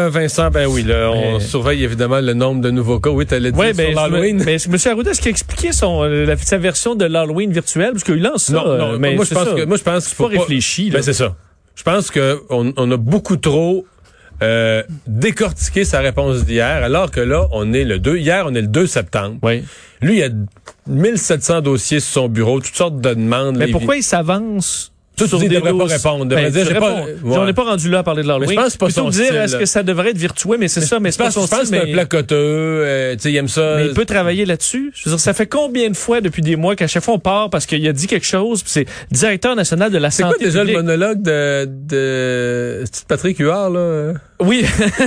Vincent, ben oui, là, on surveille évidemment le nombre de nouveaux cas. Oui, t'allais dire sur l'Halloween. Mais M. Arruda, est-ce qu'il a expliqué sa version de l'Halloween virtuel? Parce qu'il lance ça. Non, mais moi, je pense qu'il faut pas réfléchir. Ben, c'est ça. Je pense qu'on a beaucoup trop décortiqué sa réponse d'hier, alors que là, hier, on est le 2 septembre. Oui. Lui, il y a 1700 dossiers sur son bureau, toutes sortes de demandes. Mais pourquoi il s'avance? Tu ne devrais pas répondre. On n'est pas rendu là à parler de l'Halloween. Je pense pas plutôt dire, est-ce que ça devrait être virtuel? Mais c'est ça, mais c'est pas son style. Je pense que c'est un placoteux, il aime ça. Mais il peut travailler là-dessus. Je veux dire, ça fait combien de fois depuis des mois qu'à chaque fois on part parce qu'il a dit quelque chose, puis c'est directeur national de la santé publique. C'est quoi déjà le monologue de Patrick Huard, là? Oui.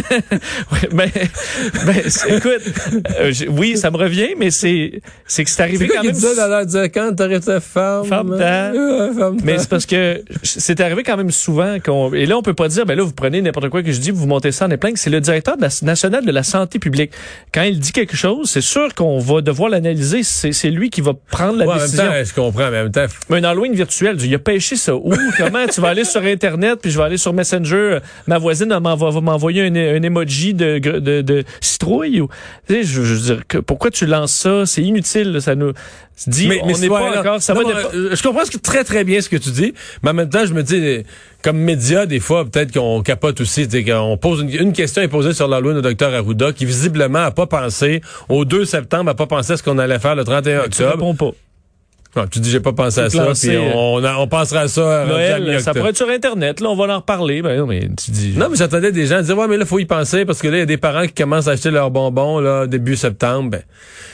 Écoute, oui, ça me revient, mais c'est que c'est arrivé quand même. C'est quoi qu'il disait quand t'arrêtes ta femme? Mais c'est parce que c'est arrivé quand même souvent et là, on peut pas dire, ben là, vous prenez n'importe quoi que je dis, vous montez ça en épingle. C'est le directeur national de la santé publique. Quand il dit quelque chose, c'est sûr qu'on va devoir l'analyser. C'est lui qui va prendre la décision. En même temps, je comprends, mais en même temps. Mais un Halloween virtuel, il a pêché ça. Où? Comment? Tu vas aller sur Internet, puis je vais aller sur Messenger. Ma voisine va m'envoyer un emoji de citrouille. Tu sais, je veux dire, pourquoi tu lances ça? C'est inutile, là, ça nous dit, mais on n'est pas encore. Je comprends très, très bien ce que tu dis, mais en même temps, je me dis, comme média, des fois, peut-être qu'on capote aussi, qu'on pose une question est posée sur l'Halloween au Dr Arruda, qui visiblement a pas pensé, au 2 septembre, a pas pensé à ce qu'on allait faire le 31 octobre. Tu réponds pas. Non, tu dis j'ai pas pensé à ça, puis on pensera à ça. Noël, ça pourrait être sur Internet, là, on va en reparler. Ben non, mais tu dis. Non, mais j'entendais des gens dire ouais, mais là faut y penser parce que là il y a des parents qui commencent à acheter leurs bonbons là début septembre. Ben.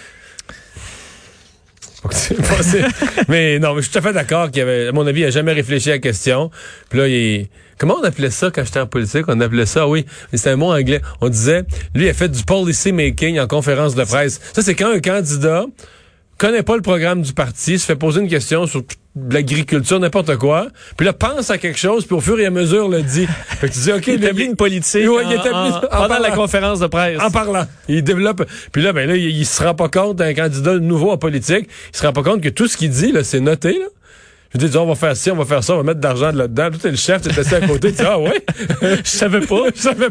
Mais non, mais je suis tout à fait d'accord qu'il y avait, à mon avis, il n'a jamais réfléchi à la question. Puis là, comment on appelait ça quand j'étais en politique? On appelait ça, oui, mais c'était un mot anglais. On disait, lui, il a fait du policy making en conférence de presse. Ça, c'est quand un candidat connaît pas le programme du parti, se fait poser une question sur l'agriculture, n'importe quoi, puis là, pense à quelque chose, puis au fur et à mesure, le dit. Fait que tu dis, OK, il établit une politique pendant la conférence de presse. En parlant. Il développe. Puis là, ben là, il se rend pas compte d'un candidat nouveau en politique, il se rend pas compte que tout ce qu'il dit, là, c'est noté, là. Je dis, on va faire ci, on va faire ça, on va mettre de l'argent là-dedans. Tout est le chef, t'es assis à côté, tu dis, ah ouais? Je savais pas.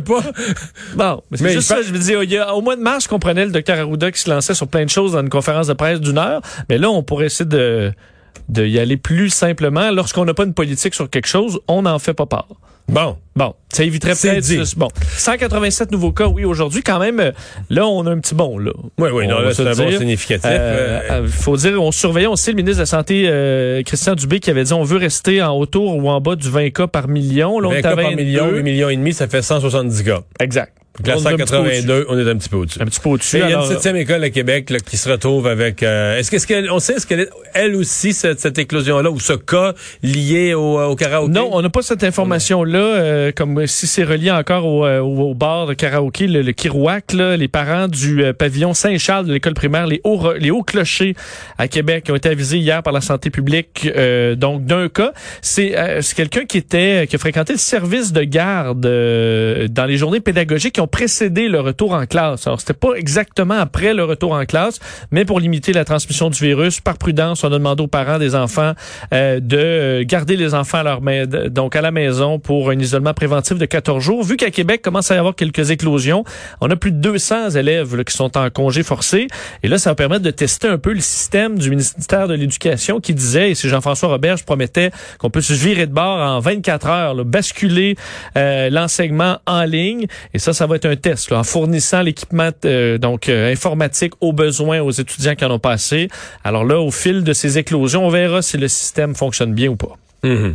Bon, mais c'est juste ça, je me dis, au mois de mars, je comprenais le Dr Arruda qui se lançait sur plein de choses dans une conférence de presse d'1 heure, mais là, on pourrait essayer de y aller plus simplement. Lorsqu'on n'a pas une politique sur quelque chose, on n'en fait pas part. Bon, ça éviterait peut-être. Bon, 187 nouveaux cas, oui, aujourd'hui, quand même, là, on a un petit bond, là. Oui, non, là, c'est un bon significatif. Faut dire, on surveillait aussi le ministre de la Santé, Christian Dubé, qui avait dit on veut rester en autour ou en bas du 20 cas par million. Là, 20 cas par million, 8 millions et demi, ça fait 170 cas. Exact. Donc, là, 182, on est un petit peu au-dessus. Un petit peu au-dessus. Il y a une 7e école à Québec là, qui se retrouve avec... on sait, est-ce qu'elle est, elle aussi, cette éclosion-là, ou ce cas lié au karaoké? Non, on n'a pas cette information-là, comme si c'est relié encore au bar de karaoké, le Kirouac, là, les parents du pavillon Saint-Charles de l'école primaire, les hauts clochers à Québec, qui ont été avisés hier par la santé publique, donc d'un cas. C'est quelqu'un qui a fréquenté le service de garde dans les journées pédagogiques qui ont précédé le retour en classe. Alors, c'était pas exactement après le retour en classe, mais pour limiter la transmission du virus, par prudence, on a demandé aux parents des enfants de garder les enfants donc à la maison pour un isolement préventif de 14 jours. Vu qu'à Québec, commence à y avoir quelques éclosions, on a plus de 200 élèves là, qui sont en congé forcé. Et là, ça va permettre de tester un peu le système du ministère de l'Éducation qui disait, et c'est Jean-François Roberge promettait qu'on peut se virer de bord en 24 heures, là, basculer l'enseignement en ligne. Et ça va être un test, là, en fournissant l'équipement informatique aux besoins aux étudiants qui en ont pas assez. Alors là, au fil de ces éclosions, on verra si le système fonctionne bien ou pas. Mm-hmm.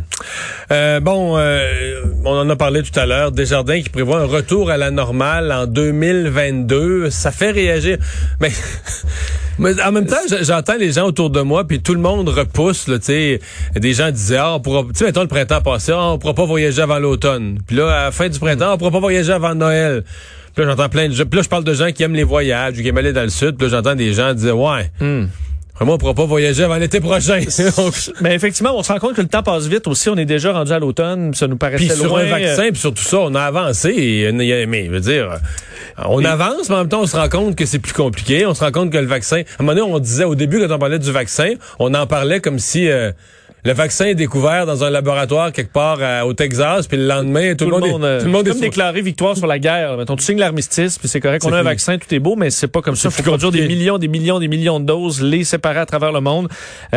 On en a parlé tout à l'heure. Desjardins qui prévoit un retour à la normale en 2022. Ça fait réagir. Mais en même temps, j'entends les gens autour de moi, puis tout le monde repousse. Là, des gens disaient, on pourra, tu sais, mettons le printemps passé, on pourra pas voyager avant l'automone. Puis là, à la fin du printemps, on pourra pas voyager avant Noël. Puis là, j'entends plein de gens. Puis là, je parle de gens qui aiment les voyages, qui aiment aller dans le sud. Puis là, j'entends des gens dire, ouais. Vraiment, on pourra pas voyager avant l'été prochain. Mais effectivement, on se rend compte que le temps passe vite aussi. On est déjà rendu à l'automne. Ça nous paraissait loin. Puis sur un vaccin, puis sur tout ça, on a avancé. Mais je veux dire, on avance, mais en même temps, on se rend compte que c'est plus compliqué. On se rend compte que le vaccin... À un moment donné, on disait au début, quand on parlait du vaccin, on en parlait comme si... le vaccin est découvert dans un laboratoire quelque part au Texas, puis le lendemain, tout le monde est comme déclarer victoire sur la guerre. Mettons, tu signes l'armistice, puis c'est correct qu'on a un vaccin, tout est beau, mais c'est pas comme ça. Il faut produire des millions de doses, les séparer à travers le monde.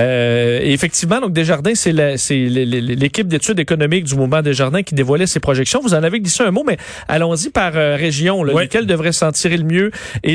Et effectivement, donc Desjardins, c'est l'équipe d'études économiques du mouvement Desjardins qui dévoilait ses projections. Vous en avez glissé un mot, mais allons-y par région. Là, lesquelles devraient s'en tirer le mieux et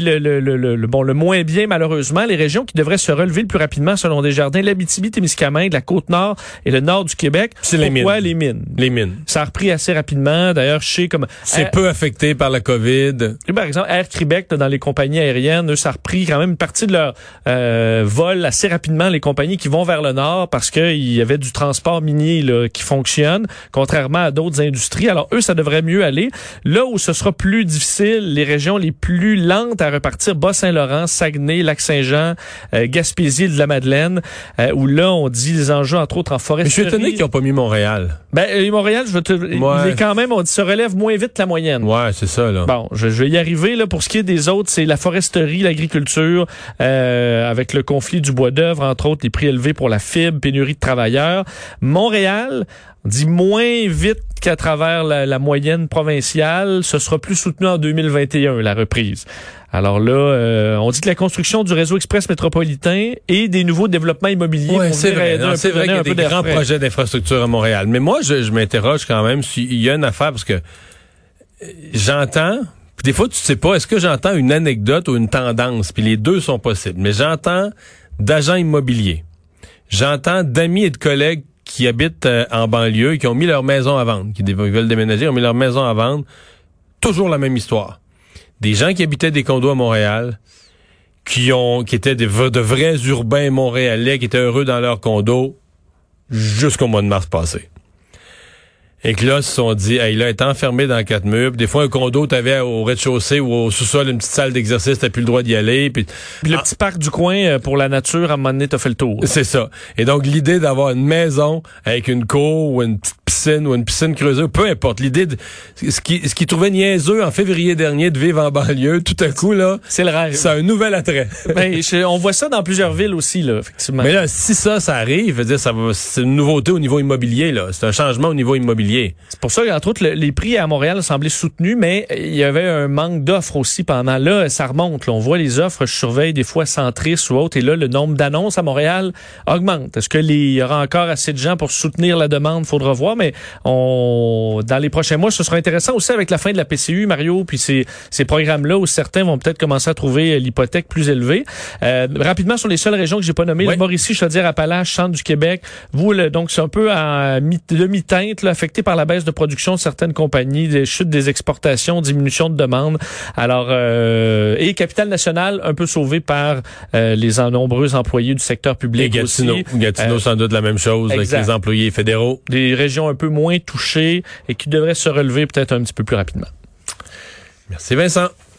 le moins bien, malheureusement. Les régions qui devraient se relever le plus rapidement, selon Desjardins, l'Abitibi-Témiscamingue, la Côte-Nord et le nord du Québec. C'est Pourquoi les mines? Les mines. Ça a repris assez rapidement. D'ailleurs, je sais comme... C'est peu affecté par la COVID. Par exemple, Air Québec, dans les compagnies aériennes, eux, ça a repris quand même une partie de leur vol assez rapidement, les compagnies qui vont vers le nord, parce qu'il y avait du transport minier là, qui fonctionne, contrairement à d'autres industries. Alors, eux, ça devrait mieux aller. Là où ce sera plus difficile, les régions les plus lentes à repartir, Bas-Saint-Laurent, Saguenay, Lac-Saint-Jean, Gaspésie, de la Madeleine, où là, on dit les enjeux, entre autres, en foresterie. Je suis étonné qu'ils n'ont pas mis Montréal. Montréal, il est quand même, on dit, se relève moins vite que la moyenne. Ouais, c'est ça, là. Bon, je vais y arriver, là. Pour ce qui est des autres, c'est la foresterie, l'agriculture, avec le conflit du bois d'œuvre, entre autres, les prix élevés pour la fibre, pénurie de travailleurs. Montréal, on dit moins vite qu'à travers la moyenne provinciale. Ce sera plus soutenu en 2021, la reprise. Alors là, on dit que la construction du réseau express métropolitain et des nouveaux développements immobiliers vont c'est vrai. C'est vrai qu'il y a des grands projets d'infrastructure à Montréal. Mais moi, je m'interroge quand même s'il y a une affaire, parce que j'entends... Puis des fois, tu sais pas, est-ce que j'entends une anecdote ou une tendance? Puis les deux sont possibles. Mais j'entends d'agents immobiliers. J'entends d'amis et de collègues qui habitent en banlieue et qui ont mis leur maison à vendre, qui veulent déménager, ont mis leur maison à vendre. Toujours la même histoire. Des gens qui habitaient des condos à Montréal, qui étaient de vrais urbains montréalais, qui étaient heureux dans leur condo jusqu'au mois de mars passé. Et que là, se sont dit, hey, là, est enfermé dans 4 murs. Des fois, un condo, t'avais au rez-de-chaussée ou au sous-sol une petite salle d'exercice, t'as plus le droit d'y aller. Puis le petit parc du coin pour la nature, à un moment donné, t'as fait le tour. C'est ça. Et donc, l'idée d'avoir une maison avec une cour ou une petite piscine ou une piscine creusée, peu importe. L'idée de ce qui trouvait niaiseux en février dernier de vivre en banlieue, tout à coup, là, c'est le rêve. C'est un nouvel attrait. On voit ça dans plusieurs villes aussi, là, effectivement. Mais là, si ça arrive, je veux dire, c'est une nouveauté au niveau immobilier, là. C'est un changement au niveau immobilier. C'est pour ça qu'entre autres, les prix à Montréal semblaient soutenus, mais il y avait un manque d'offres aussi pendant. Là, ça remonte. Là. On voit les offres, je surveille des fois Centris ou autres, et là, le nombre d'annonces à Montréal augmente. Est-ce qu'il y aura encore assez de gens pour soutenir la demande? Faudra voir, mais dans les prochains mois, ce sera intéressant aussi avec la fin de la PCU, Mario, puis ces programmes-là où certains vont peut-être commencer à trouver l'hypothèque plus élevée. Rapidement, sur les seules régions que j'ai pas nommées, le Mauricie, Chaudière-Appalaches, centre du Québec, vous, donc c'est un peu à demi-teinte, affecté par la baisse de production de certaines compagnies, des chutes des exportations, diminution de demande. Alors, et Capitale-Nationale, un peu sauvé par les nombreux employés du secteur public. Et Gatineau. Aussi. Gatineau, sans doute la même chose avec les employés fédéraux. Des régions un peu moins touchées et qui devraient se relever peut-être un petit peu plus rapidement. Merci Vincent.